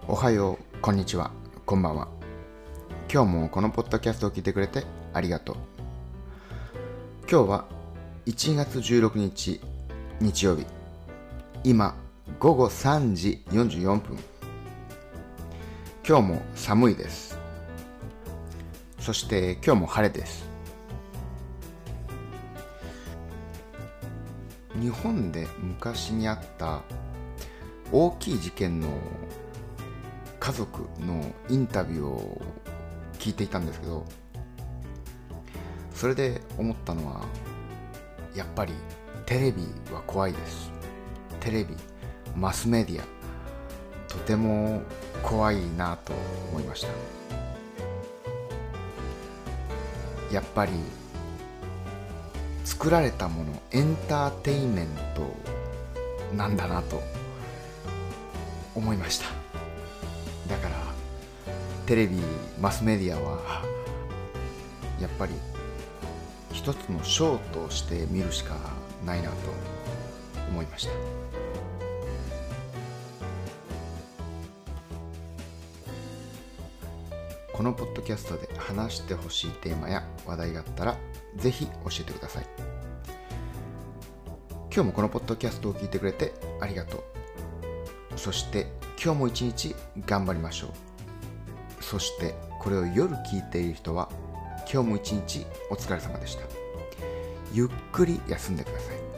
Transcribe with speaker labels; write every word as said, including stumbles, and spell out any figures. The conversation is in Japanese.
Speaker 1: おはよう、こんにちは、こんばんは。今日もこのポッドキャストを聞いてくれてありがとう。今日はいちがつじゅうろくにち日曜日、今ごごさんじよんじゅうよんぷん。今日も寒いです。そして今日も晴れです。日本で昔にあった大きい事件の家族のインタビューを聞いていたんですけど、それで思ったのは、やっぱりテレビは怖いです。テレビ、マスメディア、とても怖いなと思いました。やっぱり作られたもの、エンターテインメントなんだなと思いました。だからテレビ、マスメディアはやっぱり一つのショーとして見るしかないなと思いました。このポッドキャストで話してほしいテーマや話題があったらぜひ教えてください。今日もこのポッドキャストを聞いてくれてありがとう。そして今日も一日頑張りましょう。そしてこれを夜聞いている人は今日も一日お疲れ様でした。ゆっくり休んでください。